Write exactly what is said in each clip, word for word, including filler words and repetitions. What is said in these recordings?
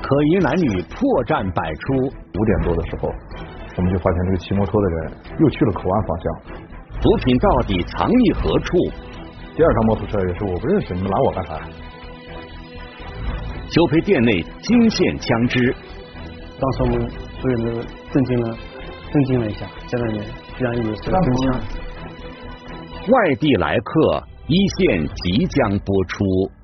可疑男女破绽百出。 五点多的时候，我们就发现这个骑摩托的人又去了口岸方向。 毒品到底藏匿何处？ 第二辆摩托车也是我不认识，你们拦我干啥？ 修培店内惊现枪支， 当时我们所有人都震惊了，震惊了一下，在那里居然有这个真枪。 外地来客，一线即将播出。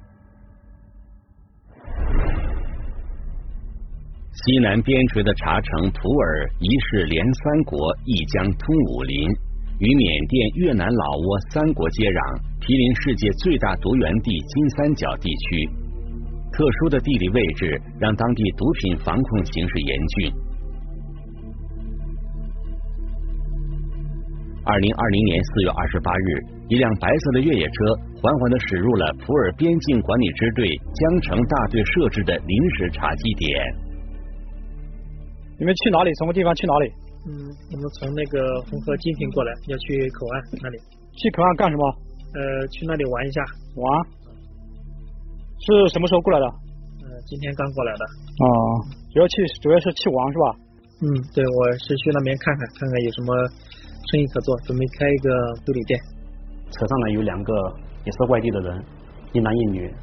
西南边陲的茶城普洱，疑是连三国，一江通武林，与缅甸、越南、老挝三国接壤，毗邻世界最大毒源地金三角地区。特殊的地理位置让当地毒品防控形势严峻。二零二零年四月二十八日，一辆白色的越野车缓缓地驶入了普洱边境管理支队江城大队设置的临时查缉点。 你们去哪里？什么地方去哪里？ 嗯，我们从那个红河金平过来，要去口岸那里。 去口岸干什么？ 呃，去那里玩一下。 玩？是什么时候过来的？ 呃，今天刚过来的。 哦，主要去主要是去玩是吧？ 嗯，对，我是去那边看看，看看有什么生意可做，准备开一个修理店。 车上呢有两个也是外地的人，一男一女。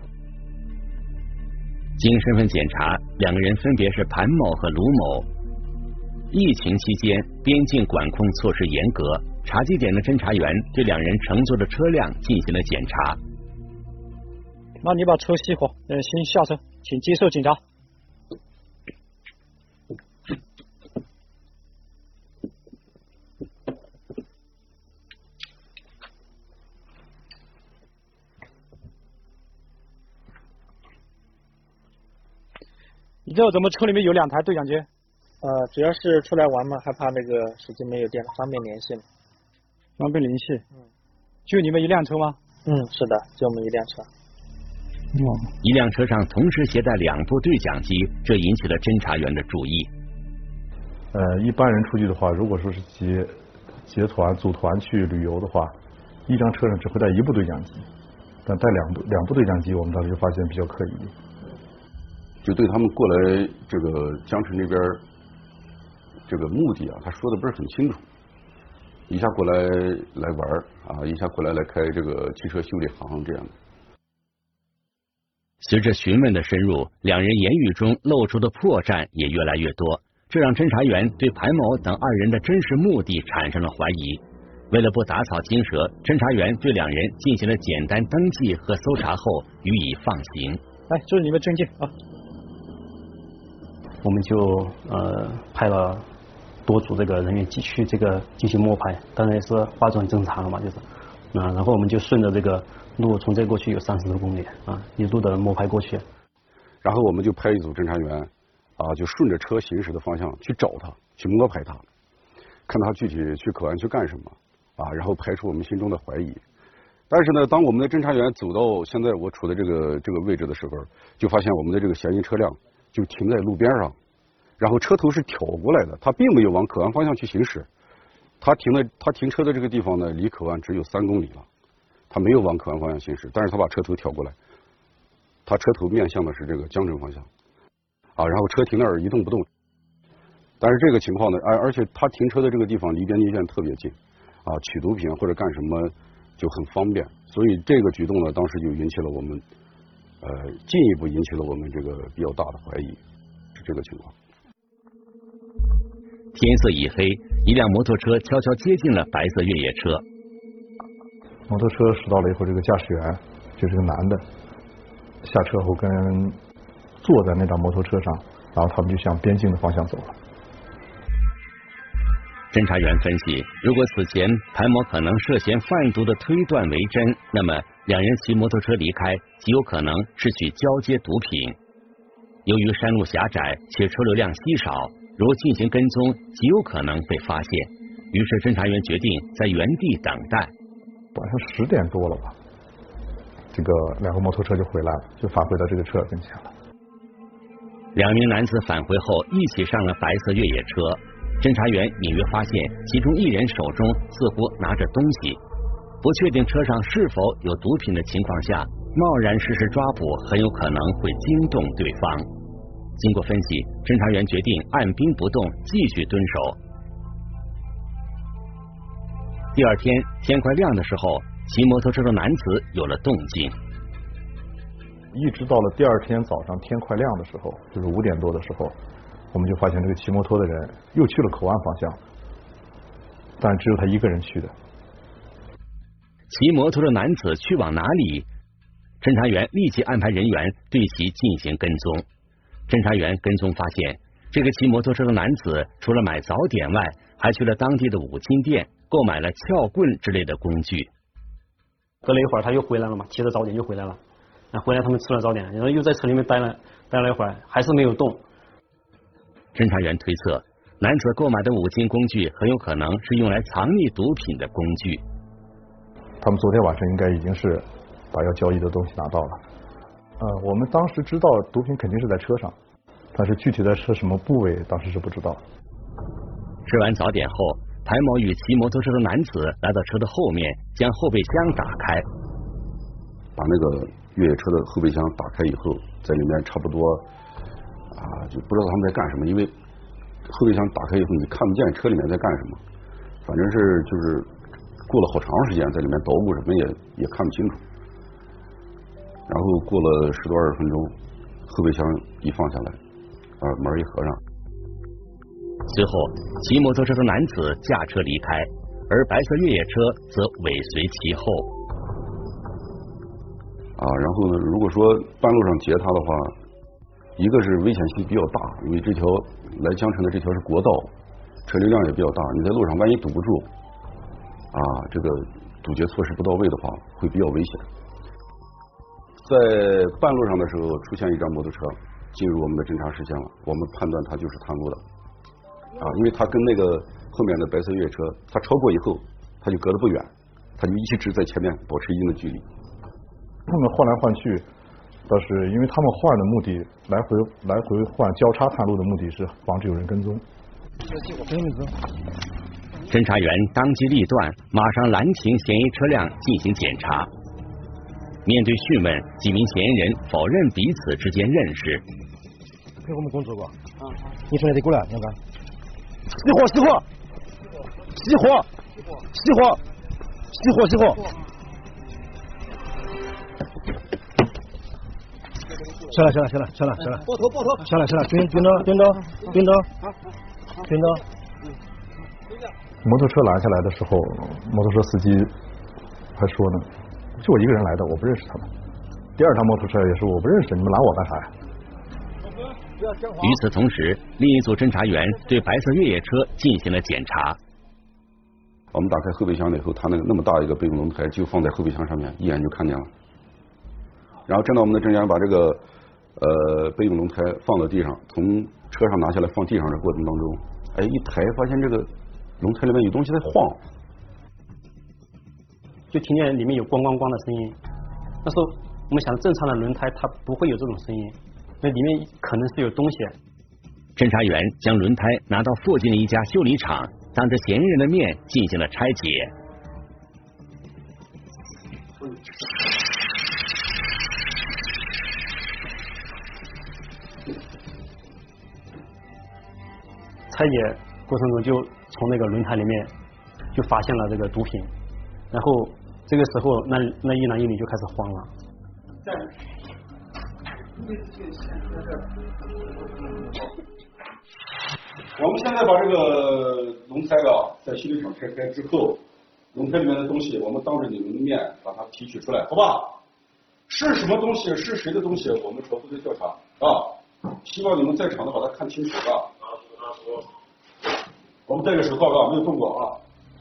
经身份检查，两个人分别是潘某和卢某。疫情期间，边境管控措施严格，查缉点的侦查员对两人乘坐的车辆进行了检查。 那你把车熄火，呃，先下车，请接受检查。你知道咱们车里面有两台对讲机？ 呃，主要是出来玩嘛，害怕那个手机没有电了，方便联系嘛。 方便联系。 嗯。 就你们一辆车吗？ 嗯，是的，就我们一辆车。 哦。 一辆车上同时携带两部对讲机，这引起了侦查员的注意。 呃，一般人出去的话，如果说是结结团组团去旅游的话，一辆车上只会带一部对讲机，但带两部两部对讲机，我们当时就发现比较可疑。 就对他们过来这个江城这边这个目的啊，他说的不是很清楚，一下过来来玩啊，一下过来来开这个汽车修理行这样的。 随着询问的深入，两人言语中露出的破绽也越来越多，这让侦查员对潘某等二人的真实目的产生了怀疑。为了不打草惊蛇，侦查员对两人进行了简单登记和搜查后予以放行。 来，这是你们证件啊。 我们就呃派了多组这个人员去这个进行摸排，当然也是花重侦查了嘛，就是啊，然后我们就顺着这个路从这过去有三十多公里啊，一路的摸排过去。 然后我们就派一组侦查员啊，就顺着车行驶的方向去找他，去摸排他，看他具体去口岸去干什么啊，然后排除我们心中的怀疑。但是呢，当我们的侦查员走到现在我处的这个这个位置的时候，就发现我们的这个嫌疑车辆就停在路边上，然后车头是挑过来的，他并没有往口岸方向去行驶。他停的他停车的这个地方呢，离口岸只有三公里了，他没有往口岸方向行驶，但是他把车头挑过来，他车头面向的是这个江城方向啊，然后车停那儿一动不动。但是这个情况呢，而而且他停车的这个地方离边境线特别近啊，取毒品或者干什么就很方便，所以这个举动呢，当时就引起了我们。呃，进一步引起了我们这个比较大的怀疑，是这个情况。 天色已黑，一辆摩托车悄悄接近了白色越野车。 摩托车驶到了以后，这个驾驶员就是个男的，下车后跟坐在那辆摩托车上，然后他们就向边境的方向走了。 侦查员分析，如果此前潘某可能涉嫌贩毒的推断为真，那么两人骑摩托车离开，极有可能是去交接毒品。由于山路狭窄且车流量稀少，如进行跟踪，极有可能被发现。于是侦查员决定在原地等待。 晚上十点多了吧，这个两个摩托车就回来了，就返回到这个车跟前了。 两名男子返回后一起上了白色越野车。侦查员隐约发现其中一人手中似乎拿着东西，不确定车上是否有毒品的情况下，贸然实施抓捕很有可能会惊动对方。 经过分析，侦查员决定按兵不动，继续蹲守。第二天天快亮的时候，骑摩托车的男子有了动静。 一直到了第二天早上天快亮的时候，就是五点多的时候，我们就发现这个骑摩托的人又去了口岸方向，但只有他一个人去的。 骑摩托的男子去往哪里？侦查员立即安排人员对其进行跟踪。侦查员跟踪发现，这个骑摩托车的男子除了买早点外，还去了当地的五金店，购买了撬棍之类的工具。 隔了一会儿他又回来了嘛，骑着早点又回来了。那回来他们吃了早点，然后又在车里面待了待了一会儿，还是没有动。 侦查员推测，男子购买的五金工具很有可能是用来藏匿毒品的工具。 他们昨天晚上应该已经是把要交易的东西拿到了。呃，我们当时知道毒品肯定是在车上，但是具体在车什么部位当时是不知道。 吃完早点后，谭某与骑摩托车的男子来到车的后面，将后备箱打开， 把那个越野车的后备箱打开以后，在里面差不多啊，就不知道他们在干什么，因为后备箱打开以后你看不见车里面在干什么，反正是就是过了好长时间在里面捣鼓什么也也看不清楚。然后过了十多二十分钟，后备箱一放下来，啊，门一合上。 随后，骑摩托车的男子驾车离开，而白色越野车则尾随其后。 啊，然后呢，如果说半路上截他的话，一个是危险性比较大，因为这条来江城的这条是国道，车流量也比较大，你在路上万一堵不住，啊，这个堵截措施不到位的话，会比较危险。在半路上的时候，出现一辆摩托车进入我们的侦查视线了，我们判断它就是探路的，啊，因为它跟那个后面的白色越野车，它超过以后，它就隔得不远，它就一直在前面保持一定的距离。 他们换来换去，倒是因为他们换的目的，来回来回换交叉探路的目的是防止有人跟踪。 侦查员当机立断，马上拦停嫌疑车辆进行检查。面对讯问，几名嫌疑人否认彼此之间认识。 跟我们工作过，啊，你从哪里过来？那个，熄火，熄火，熄火，熄火，熄火，熄火。下来，下来，下来，下来，下来， 抱头，抱头， 下来，下来，蹲蹲着，蹲着，蹲着，蹲着。 摩托车拦下来的时候，摩托车司机还说呢，就我一个人来的，我不认识他们。第二趟摩托车也是我不认识，你们拦我干啥呀？ 与此同时，另一组侦查员对白色越野车进行了检查。 我们打开后备箱了以后，它那个那么大一个备用轮胎就放在后备箱上面，一眼就看见了。然后，正当我们的侦查员把这个呃备用轮胎放到地上，从车上拿下来放地上的过程当中，哎，一抬发现这个轮胎里面有东西在晃， 就听见里面有咣咣咣的声音。那时候我们想，正常的轮胎它不会有这种声音，那里面可能是有东西。 侦查员将轮胎拿到附近的一家修理厂，当着嫌疑人的面进行了拆解。 拆解过程中就从那个轮胎里面就发现了这个毒品，然后这个时候那那一男一女就开始慌了。 我们现在把这个轮胎啊，在修理厂拆开之后，轮胎里面的东西，我们当着你们的面把它提取出来，好吧？是什么东西，是谁的东西，我们初步的调查啊。希望你们在场的把它看清楚啊。我们戴着手套啊，没有动过啊。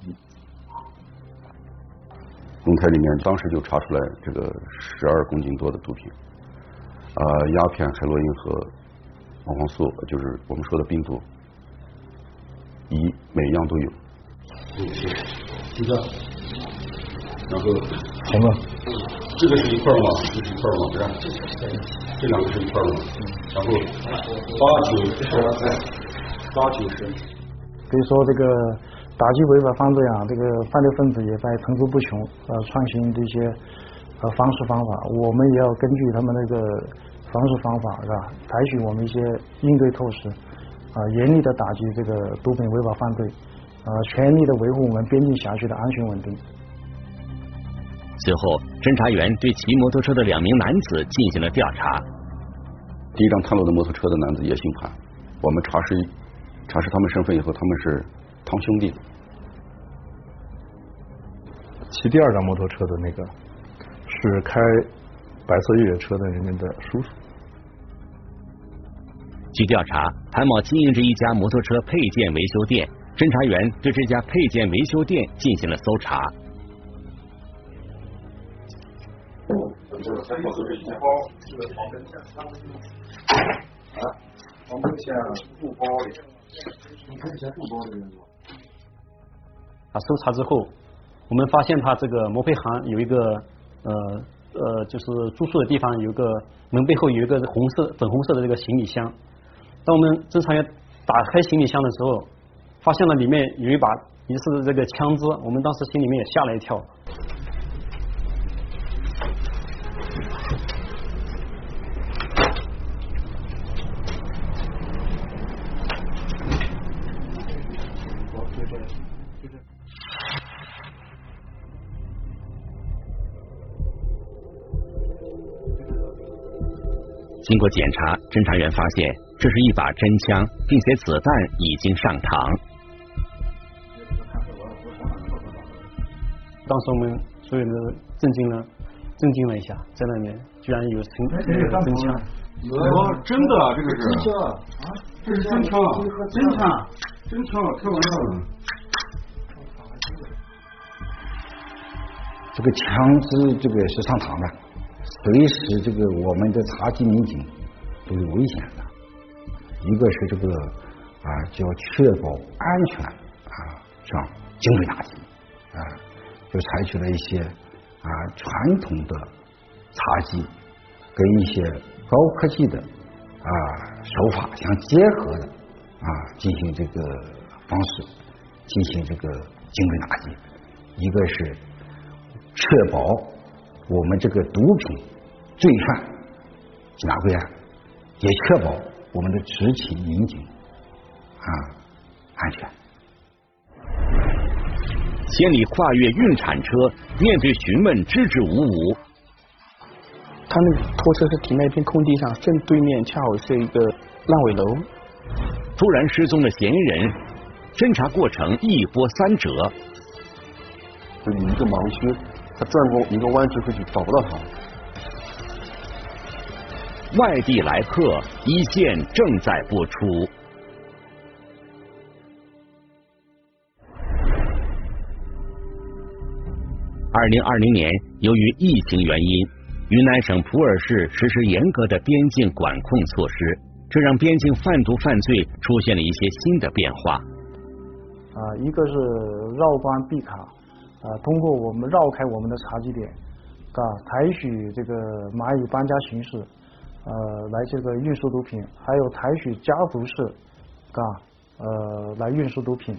轮胎里面当时就查出来这个十二公斤多的毒品，啊、呃，鸦片、海洛因和黄黄素，就是我们说的冰毒，乙每一样都有。就这样，然后红的， 这个是一块嘛，这是一块嘛，对吧？这两个是一块嘛，然后八九十，八九十。 可以说这个打击违法犯罪啊，这个犯罪分子也在层出不穷，呃，创新这些呃方式方法。我们也要根据他们那个方式方法，是吧？采取我们一些应对措施，啊，严厉的打击这个毒品违法犯罪，呃，全力的维护我们边境辖区的安全稳定。 随后，侦查员对骑摩托车的两名男子进行了调查。 第一辆探路的摩托车的男子也姓潘，我们查实查实他们身份以后，他们是堂兄弟。 骑第二辆摩托车的那个是开白色越野车的人家的叔叔。 据调查，潘某经营着一家摩托车配件维修店，侦查员对这家配件维修店进行了搜查。 这个三包都是一包，这个防喷线，啊，防喷线布包里，防喷线布包里面有。 啊，搜查之后，我们发现他这个摩配行有一个呃呃，就是住宿的地方有一个门背后有一个红色粉红色的这个行李箱。当我们侦查员打开行李箱的时候，发现了里面有一把疑似的这个枪支，我们当时心里面也吓了一跳。 经过检查，侦查员发现这是一把真枪，并且子弹已经上膛。 当时我们所有人都震惊了，震惊了一下，在那里面居然有真真枪。 有真的，这个是真枪啊，这是真枪，真枪，真枪，开玩笑呢。 这个枪支这个是上膛的。随时这个我们的查缉民警都有危险的，一个是这个啊，就要确保安全啊，上精准打击啊，就采取了一些啊传统的查缉跟一些高科技的啊手法相结合的啊进行这个方式进行这个精准打击，一个是确保我们这个毒品罪犯缉拿归案，也确保我们的执勤民警啊安全。 千里跨越运铲车，面对询问支支吾吾。 他们拖车是停在一片空地上，正对面恰好是一个烂尾楼。 突然失踪的嫌疑人，侦查过程一波三折。 就有一个盲区。他转过一个弯之后就找不到他。 外地来客，一线正在播出。二零二零年，由于疫情原因，云南省普洱市实施严格的边境管控措施，这让边境贩毒犯罪出现了一些新的变化。 啊，一个是绕关闭卡。啊，通过我们绕开我们的查缉点，啊，采取这个蚂蚁搬家形式，呃，来这个运输毒品，还有采取家族式，啊，呃，来运输毒品。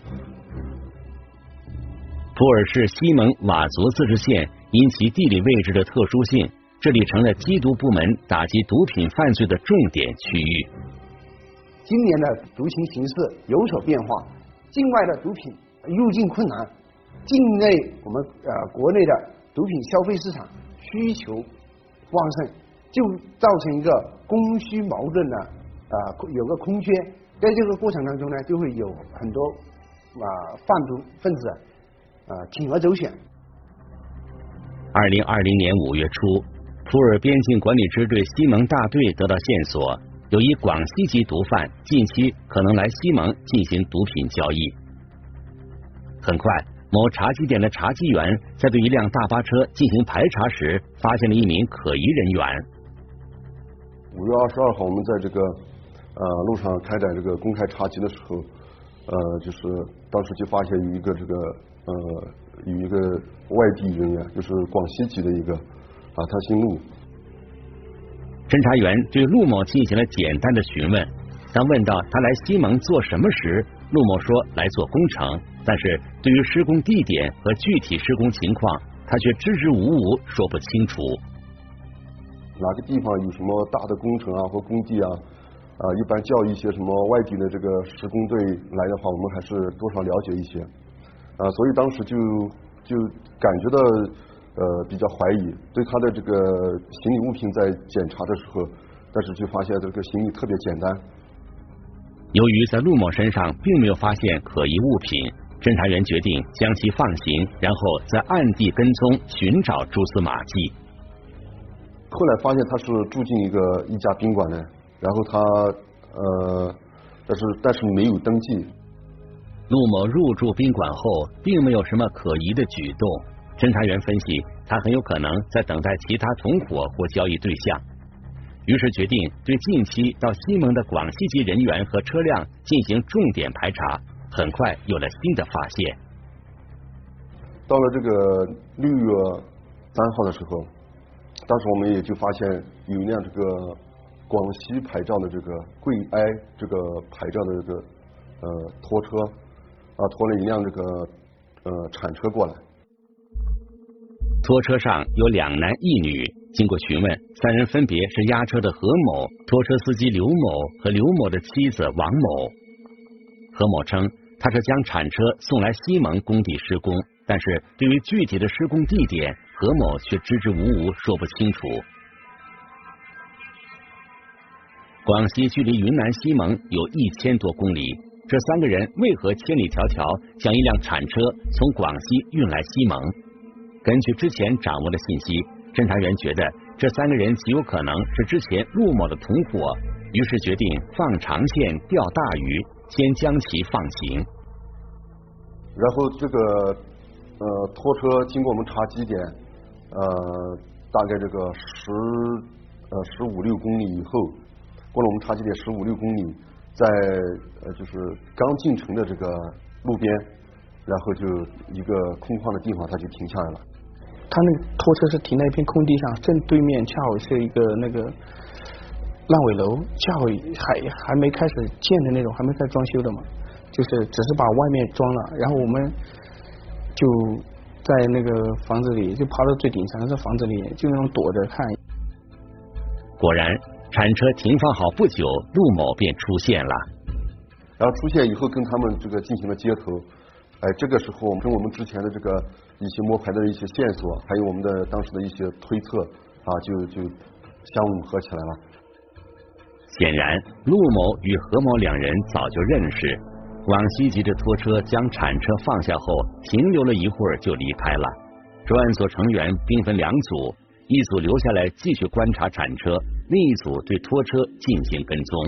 普洱市西盟佤族自治县因其地理位置的特殊性，这里成了缉毒部门打击毒品犯罪的重点区域。 今年的毒品形势有所变化，境外的毒品入境困难。境内我们呃国内的毒品消费市场需求旺盛，就造成一个供需矛盾的呃有个空缺，在这个过程当中呢，就会有很多啊、呃、贩毒分子呃铤而走险。 二零二零年五月初，普洱边境管理支队西盟大队得到线索，有一广西籍毒贩近期可能来西盟进行毒品交易。很快。某查缉点的查缉员在对一辆大巴车进行排查时，发现了一名可疑人员。 五月二十二号，我们在这个呃路上开展这个公开查缉的时候，呃，就是当时就发现有一个这个呃有一个外地人员，就是广西籍的一个啊，他姓陆。 侦查员对陆某进行了简单的询问，当问到他来西盟做什么时，陆某说来做工程。但是对于施工地点和具体施工情况，他却支支吾吾说不清楚。 哪个地方有什么大的工程啊或工地啊，啊，一般叫一些什么外地的这个施工队来的话，我们还是多少了解一些，啊，所以当时就就感觉到呃比较怀疑，对他的这个行李物品在检查的时候，但是就发现这个行李特别简单。 由于在陆某身上并没有发现可疑物品，侦查员决定将其放行，然后在暗地跟踪寻找蛛丝马迹。 后来发现他是住进一个一家宾馆的，然后他呃，但是但是没有登记。 陆某入住宾馆后，并没有什么可疑的举动。侦查员分析，他很有可能在等待其他同伙或交易对象。于是决定对近期到西蒙的广西籍人员和车辆进行重点排查，很快有了新的发现。 到了这个六月三号的时候，当时我们也就发现有一辆这个广西牌照的这个贵埃这个牌照的这个呃拖车啊，拖了一辆这个呃铲车过来。 拖车上有两男一女，经过询问，三人分别是押车的何某、拖车司机刘某和刘某的妻子王某。何某称，他是将铲车送来西蒙工地施工，但是对于具体的施工地点，何某却支支吾吾说不清楚。广西距离云南西蒙有一千多公里，这三个人为何千里迢迢将一辆铲车从广西运来西蒙？根据之前掌握的信息，侦查员觉得这三个人极有可能是之前陆某的同伙，于是决定放长线钓大鱼，先将其放行。 然后这个呃拖车经过我们查基点，呃大概这个十呃十五六公里以后，过了我们查基点十五六公里，在呃就是刚进城的这个路边，然后就一个空旷的地方，他就停下来了。 他那个拖车是停在一片空地上，正对面恰好是一个那个烂尾楼，恰好还还没开始建的那种，还没开始装修的嘛，就是只是把外面装了，然后我们就在那个房子里就爬到最顶上，在房子里就那种躲着看。 果然，铲车停放好不久，陆某便出现了。 然后出现以后，跟他们这个进行了接头。哎，这个时候我们跟我们之前的这个一些摸排的一些线索，还有我们的当时的一些推测啊，就就相吻合起来了。 显然，陆某与何某两人早就认识。广西籍的拖车将铲车放下后，停留了一会儿就离开了。专案组成员兵分两组，一组留下来继续观察铲车，另一组对拖车进行跟踪。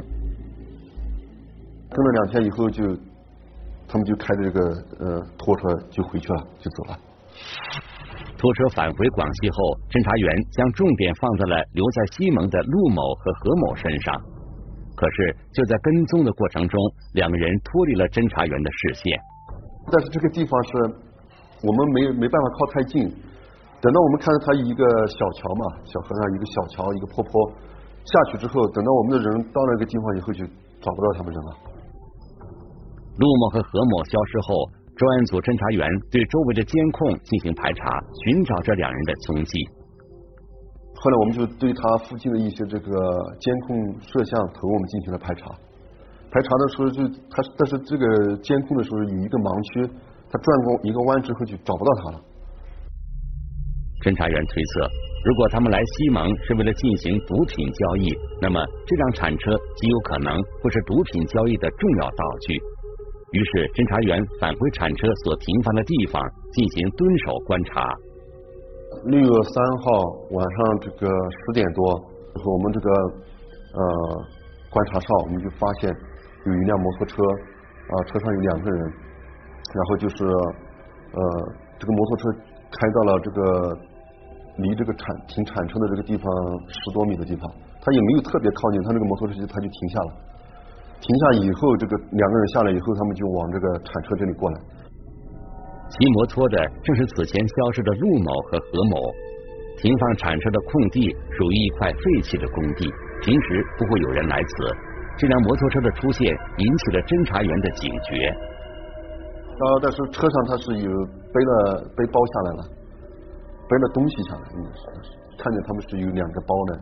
跟了两天以后就。他们就开着这个呃拖车就回去了，就走了。 拖车返回广西后，侦查员将重点放在了留在西蒙的陆某和何某身上。可是就在跟踪的过程中，两个人脱离了侦查员的视线。 但是这个地方是我们没没办法靠太近。等到我们看到它一个小桥嘛，小河上一个小桥，一个坡坡下去之后，等到我们的人到那个地方以后，就找不到他们人了。 陆某和何某消失后，专案组侦查员对周围的监控进行排查，寻找这两人的踪迹。 后来我们就对他附近的一些这个监控摄像头我们进行了排查。排查的时候就他，但是这个监控的时候有一个盲区，他转过一个弯之后就找不到他了。 侦查员推测，如果他们来西蒙是为了进行毒品交易，那么这辆铲车极有可能会是毒品交易的重要道具。于是，侦查员返回铲车所停放的地方进行蹲守观察。 六月三号晚上这个十点多，和我们这个呃观察哨，我们就发现有一辆摩托车，啊、呃，车上有两个人，然后就是呃这个摩托车开到了这个离这个铲停铲车的这个地方十多米的地方，他也没有特别靠近，他那个摩托车就他就停下了。停下以后，这个两个人下来以后，他们就往这个铲车这里过来。 骑摩托的正是此前消失的陆某和何某。停放铲车的空地属于一块废弃的工地，平时不会有人来此。这辆摩托车的出现引起了侦查员的警觉。 呃，但是车上他是有背了背包下来了，背了东西下来，嗯，看见他们是有两个包的。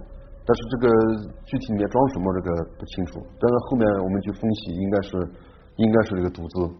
但是这个具体里面装什么这个不清楚，但是后面我们就分析应该是应该是这个毒资。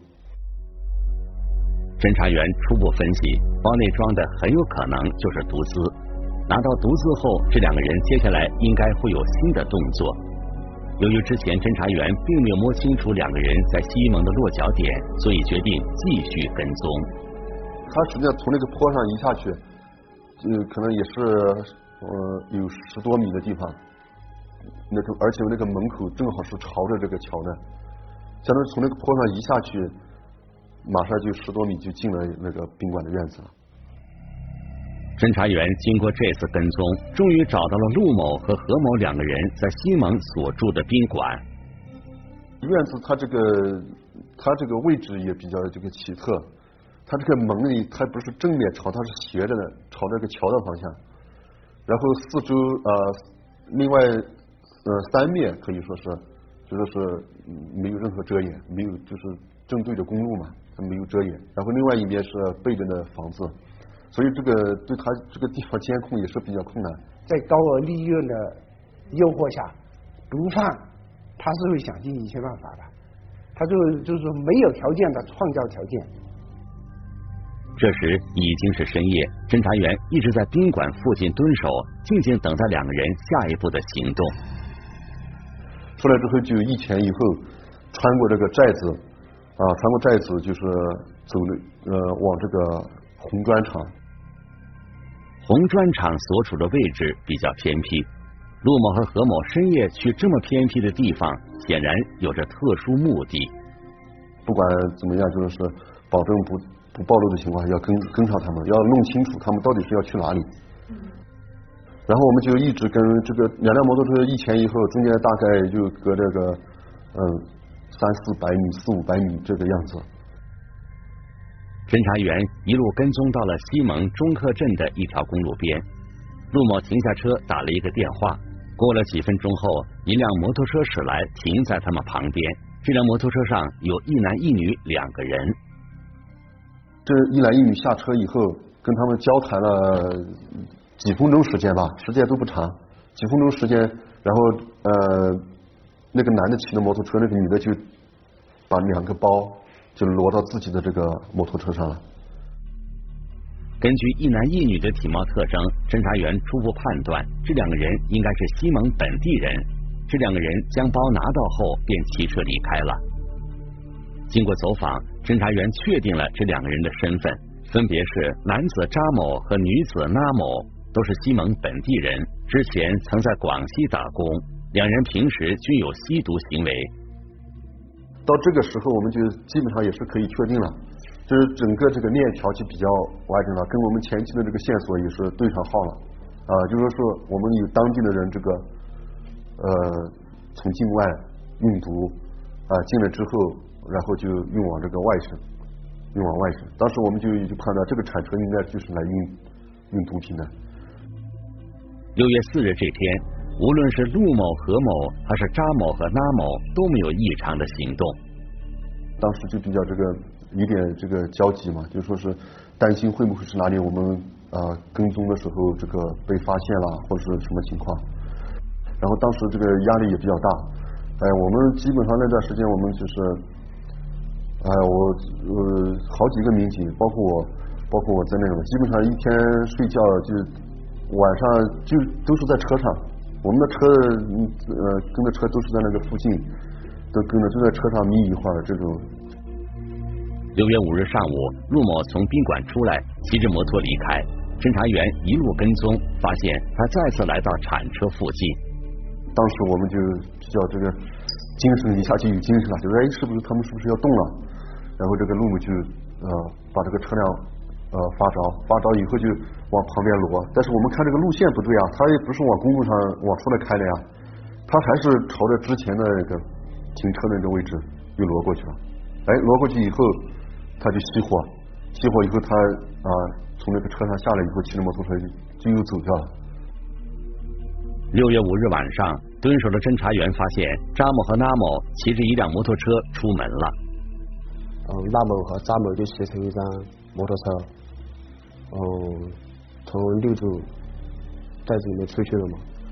侦查员初步分析，包内装的很有可能就是毒资。拿到毒资后，这两个人接下来应该会有新的动作。由于之前侦查员并没有摸清楚两个人在西蒙的落脚点，所以决定继续跟踪。 他实际上从那个坡上一下去，就可能也是呃有十多米的地方，那个而且那个门口正好是朝着这个桥的，相当于从那个坡上一下去，马上就十多米就进了那个宾馆的院子了。 侦查员经过这次跟踪，终于找到了陆某和何某两个人在西蒙所住的宾馆。 院子它这个它这个位置也比较这个奇特，它这个门里它不是正面朝，它是斜着的，朝这个桥的方向。然后四周呃另外呃三面可以说是就说是没有任何遮掩，没有就是正对着公路嘛，它没有遮掩。然后另外一面是背着的房子。所以这个对他这个地方监控也是比较困难。 在高额利润的诱惑下，毒贩他是会想尽一切办法的，他就就是说没有条件的创造条件。 这时已经是深夜，侦查员一直在宾馆附近蹲守，静静等待两个人下一步的行动。 出来之后就一前一后，穿过这个寨子啊，穿过寨子就是走了呃往这个红砖厂。 红砖厂所处的位置比较偏僻，陆某和何某深夜去这么偏僻的地方，显然有着特殊目的。 不管怎么样，就是保证不不暴露的情况下，要跟跟上他们，要弄清楚他们到底是要去哪里。然后我们就一直跟这个两辆摩托车一前一后，中间大概就隔这个嗯三四百米、四五百米这个样子。 侦查员一路跟踪到了西蒙中客镇的一条公路边，陆某停下车打了一个电话。过了几分钟后，一辆摩托车驶来，停在他们旁边。这辆摩托车上有一男一女两个人。 这一男一女下车以后，跟他们交谈了几分钟时间吧，时间都不长，几分钟时间。然后呃，那个男的骑的摩托车，那个女的就把两个包就摞到自己的这个摩托车上了。 根据一男一女的体貌特征，侦查员初步判断这两个人应该是西蒙本地人。这两个人将包拿到后便骑车离开了。经过走访，侦查员确定了这两个人的身份，分别是男子查某和女子那某，都是西蒙本地人，之前曾在广西打工，两人平时均有吸毒行为。 到这个时候，我们就基本上也是可以确定了，就是整个这个链条就比较完整了，跟我们前期的这个线索也是对上号了啊、呃，就是说我们有当地的人这个呃从境外运毒啊、呃、进来之后，然后就运往这个外省，运往外省。当时我们就就判断这个铲车应该就是来运运毒品的。 六月四日这天，无论是陆某、何某，还是查某和那某，都没有异常的行动。 当时就比较这个有点这个焦急嘛，就说是担心会不会是哪里我们啊、呃、跟踪的时候这个被发现了，或者是什么情况。然后当时这个压力也比较大，哎，我们基本上那段时间我们就是，哎，我呃好几个民警，包括我，包括我在内的，基本上一天睡觉就晚上就都是在车上。我们的车呃跟的车都是在那个附近，都跟着就在车上眯一会儿这种。 六月五日上午，陆某从宾馆出来，骑着摩托离开。侦查员一路跟踪，发现他再次来到铲车附近。 当时我们就比较这个精神一下就有精神了，就说哎，是不是他们是不是要动了？然后这个陆某就呃把这个车辆呃发着，发着以后就往旁边挪。但是我们看这个路线不对啊，他也不是往公路上往出来开的呀，他还是朝着之前的那个停车的那个位置又挪过去了。哎，挪过去以后，他就熄火，熄火以后他啊、呃、从那个车上下来以后，骑着摩托车就就又走掉了。 六月五日晚上，蹲守的侦查员发现查某和那某骑着一辆摩托车出门了。 嗯，那某和查某就骑乘一辆摩托车，嗯，从六组寨子里面出去了嘛。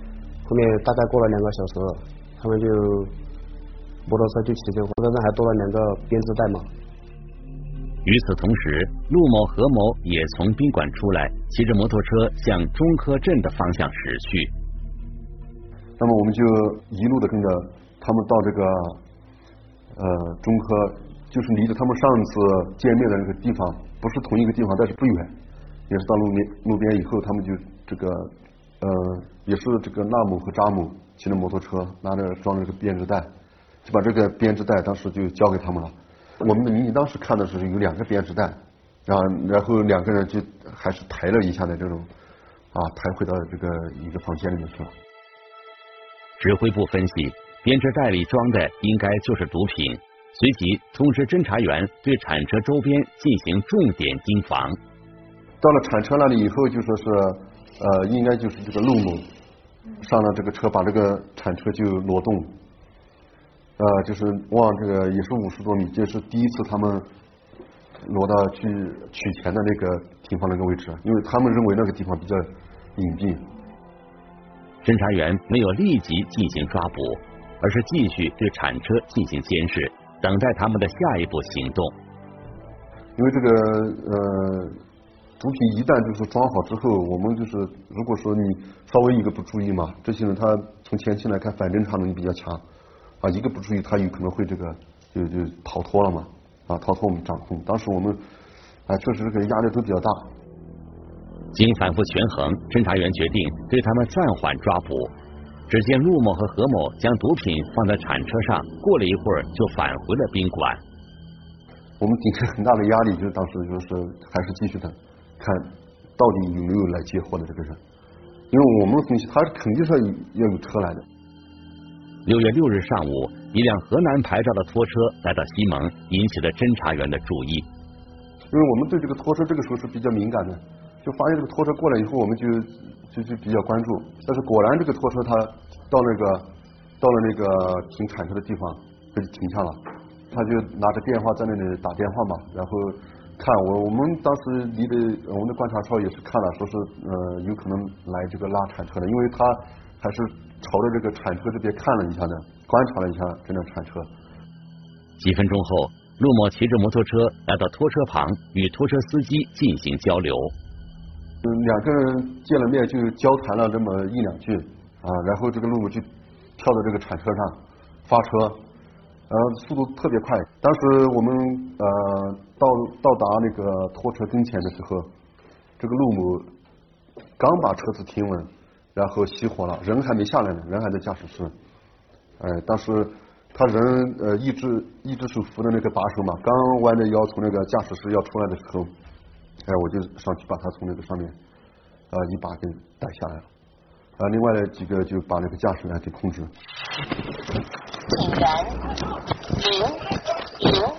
后面大概过了两个小时，他们就摩托车就骑走，车上还多了两个编织袋嘛。 与此同时，陆某、何某也从宾馆出来，骑着摩托车向中科镇的方向驶去。 那么我们就一路的跟着他们到这个呃中科，就是离着他们上次见面的那个地方不是同一个地方，但是不远，也是到路边路边以后，他们就这个呃也是这个纳某和扎某骑着摩托车，拿着装着这个编织袋，就把这个编织袋当时就交给他们了。我们的民警当时看的是有两个编织袋，然后然后两个人就还是抬了一下的这种啊，抬回到这个一个房间里面去了。 指挥部分析，编织袋里装的应该就是毒品，随即通知侦查员对铲车周边进行重点盯防。 到了铲车那里以后，就说是呃，应该就是这个陆某上了这个车，把这个铲车就挪动。呃，就是往这个也是五十多米，这是第一次他们挪到去取钱的那个停放那个位置，因为他们认为那个地方比较隐蔽。 侦查员没有立即进行抓捕，而是继续对铲车进行监视，等待他们的下一步行动。 因为这个呃毒品一旦就是装好之后，我们就是如果说你稍微一个不注意嘛，这些人他从前期来看反侦查能力比较强。啊，一个不注意，他有可能会这个就就逃脱了嘛，啊，逃脱我们掌控。当时我们啊，确实这个压力都比较大。 经反复权衡，侦查员决定对他们暂缓抓捕。只见陆某和何某将毒品放在铲车上，过了一会儿就返回了宾馆。 我们顶着很大的压力，就是当时就是还是继续的看到底有没有来接货的这个人，因为我们分析他肯定是要有车来的。 六月六日上午，一辆河南牌照的拖车来到西蒙，引起了侦查员的注意。 因为我们对这个拖车这个时候是比较敏感的，就发现这个拖车过来以后，我们就就就比较关注。但是果然这个拖车它到那个到了那个停铲车的地方，它就停下了。他就拿着电话在那里打电话嘛，然后看我我们当时离的我们的观察哨也是看了，说是呃有可能来这个拉铲车的，因为他还是朝着这个铲车这边看了一下的，观察了一下这辆铲车。 几分钟后，陆某骑着摩托车来到拖车旁，与拖车司机进行交流。 嗯，两个人见了面就交谈了这么一两句啊，然后这个陆某就跳到这个铲车上发车，呃，速度特别快。当时我们呃到到达那个拖车跟前的时候，这个陆某刚把车子停稳，然后熄火了，人还没下来呢，人还在驾驶室。哎、呃，当时他人呃一只一只手扶的那个把手嘛，刚弯着腰从那个驾驶室要出来的时候，哎、呃，我就上去把他从那个上面呃一把给带下来了。啊、呃，另外的几个就把那个驾驶员给控制。 请人零零零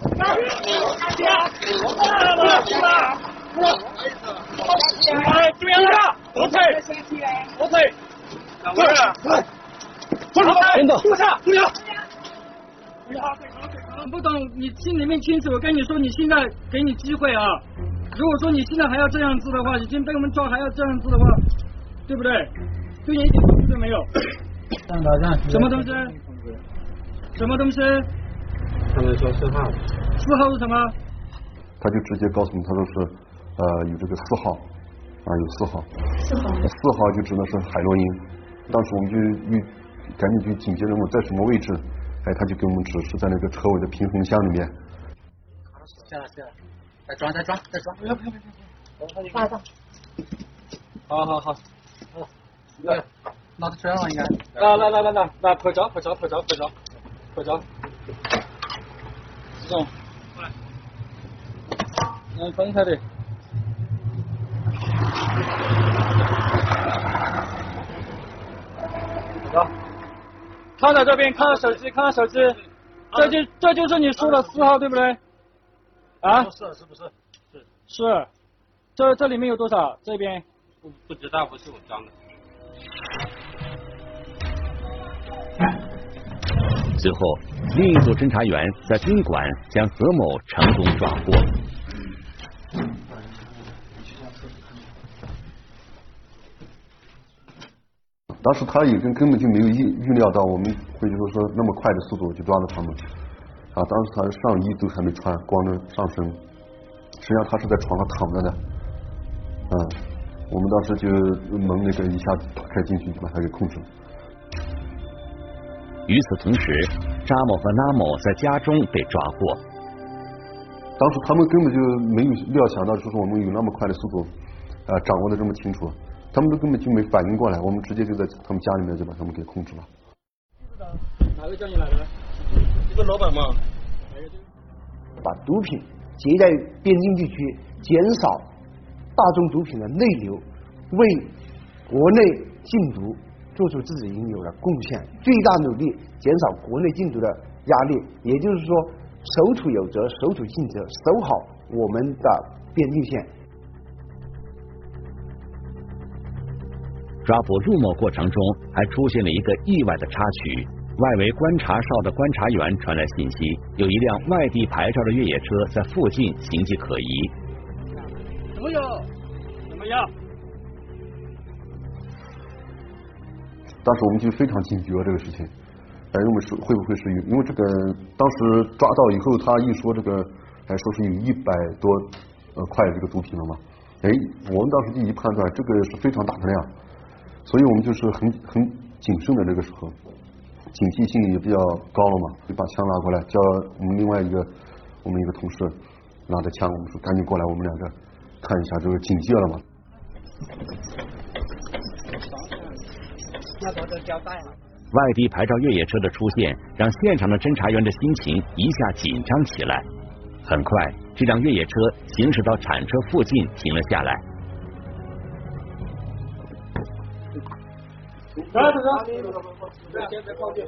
哎，注意了，后退，后退，过来，过来， 真的， 坐下，注意了。 不懂，你心里面清楚。我跟你说，你现在给你机会啊！如果说你现在还要这样子的话，已经被我们抓，还要这样子的话，对不对？对你一点帮助都没有。什么东西？什么东西？ 他们说四号。 四号是什么？ 他就直接告诉你，他说是呃有这个四号啊，有四号。 四号。 四号就指的是海洛因。当时我们就又赶紧去警戒任务，在什么位置？哎，他就给我们指示在那个车尾的平衡箱里面。 下来下来，再装再装再装，不要不要不要， 发到。 好好好，好，来，拿着车上应该。来来来来来来，拍照拍照拍照拍照拍照，这种，嗯，分开的。走。看到这边，看到手机，看到手机，这就这就是你说的四号，对不对？啊？ 是是不是？是是。这这里面有多少？这边？ 不不知道，不是我装的。 随后，另一组侦查员在宾馆将何某成功抓获。 当时他也根根本就没有预预料到我们会就是说那么快的速度就抓到他们。啊，当时他上衣都还没穿，光着上身，实际上他是在床上躺着的。嗯，我们当时就门那个一下打开进去，就把他给控制了。 与此同时，扎某和拉某在家中被抓获。 当时他们根本就没有料想到，就是我们有那么快的速度，呃，掌握的这么清楚，他们都根本就没反应过来，我们直接就在他们家里面就把他们给控制了。 哪个叫你来的？ 一个老板嘛。 把毒品结在边境地区，减少大宗毒品的内流，为国内禁毒做出自己应有的贡献，最大努力减少国内禁毒的压力。也就是说，守土有责，守土尽责，守好我们的边境线。 抓捕陆某过程中，还出现了一个意外的插曲。外围观察哨的观察员传来信息，有一辆外地牌照的越野车在附近形迹可疑。 怎么有？怎么样？ 当时我们就非常警觉这个事情，哎，认为是会不会是有？因为这个当时抓到以后，他一说这个，哎，说是有一百多呃块这个毒品了嘛，哎，我们当时就一判断这个是非常大的量，所以我们就是很很谨慎的这个时候。警惕性也比较高了嘛，就把枪拿过来，叫我们另外一个我们一个同事拿着枪，我们说赶紧过来，我们两个看一下这个警戒了嘛。 外地牌照越野车的出现，让现场的侦查员的心情一下紧张起来。很快，这辆越野车行驶到铲车附近停了下来。 来，等等，现在靠近。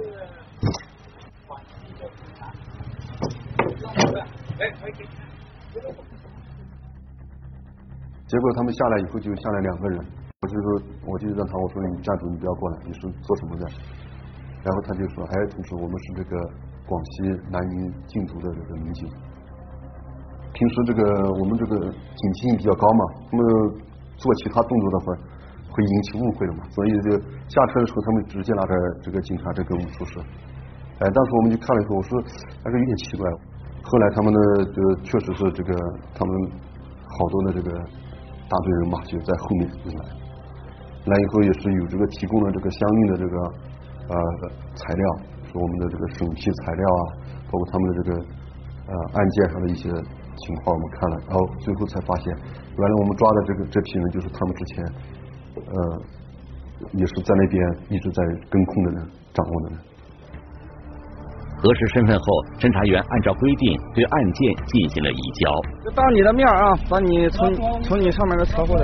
结果他们下来以后就下来两个人，我就说，我就让他我说你站住，你不要过来，你是做什么的？然后他就说，哎，同志，我们是这个广西南宁禁毒的这个民警。平时这个我们这个警惕性比较高嘛，那么做其他动作的话会引起误会的嘛，所以就下车的时候他们直接拿着这个警察证跟我们出示。哎，当时我们就看了以后，我说还是有点奇怪。后来他们呢，就确实是这个他们好多的这个大队人马就在后面来，来以后也是有这个提供了这个相应的这个呃材料，说我们的这个审批材料啊，包括他们的这个呃案件上的一些情况，我们看了，然后最后才发现，原来我们抓的这个这批人就是他们之前呃也是在那边一直在跟控的人，掌握的人。 核实身份后，侦查员按照规定对案件进行了移交。 就当你的面啊，把你从从你上面的车过来。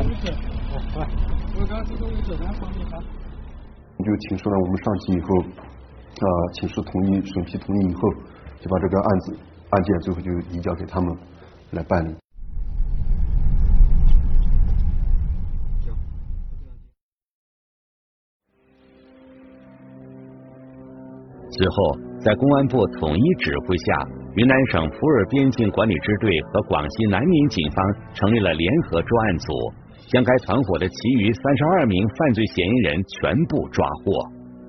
就请示了我们上级以后，啊、呃，请示同意审批同意以后，就把这个案子案件最后就移交给他们来办理。 随后，在公安部统一指挥下，云南省普洱边境管理支队和广西南宁警方成立了联合专案组，将该团伙的其余三十二名犯罪嫌疑人全部抓获。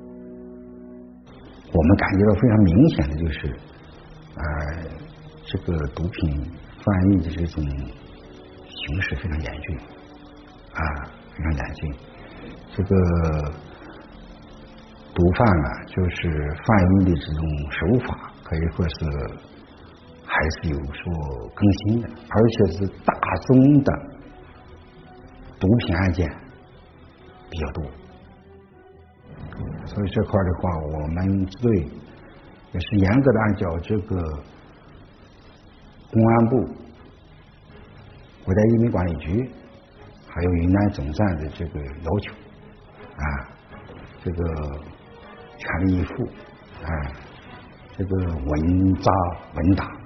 我们感觉到非常明显的就是，呃，这个毒品贩运的这种形势非常严峻，啊，非常严峻。这个毒贩啊，就是贩运的这种手法，可以说是还是有所更新的，而且是大宗的毒品案件比较多。所以这块的话，我们支队也是严格的按照这个公安部、国家移民管理局还有云南总站的这个要求啊，这个全力以赴啊，这个稳扎稳打。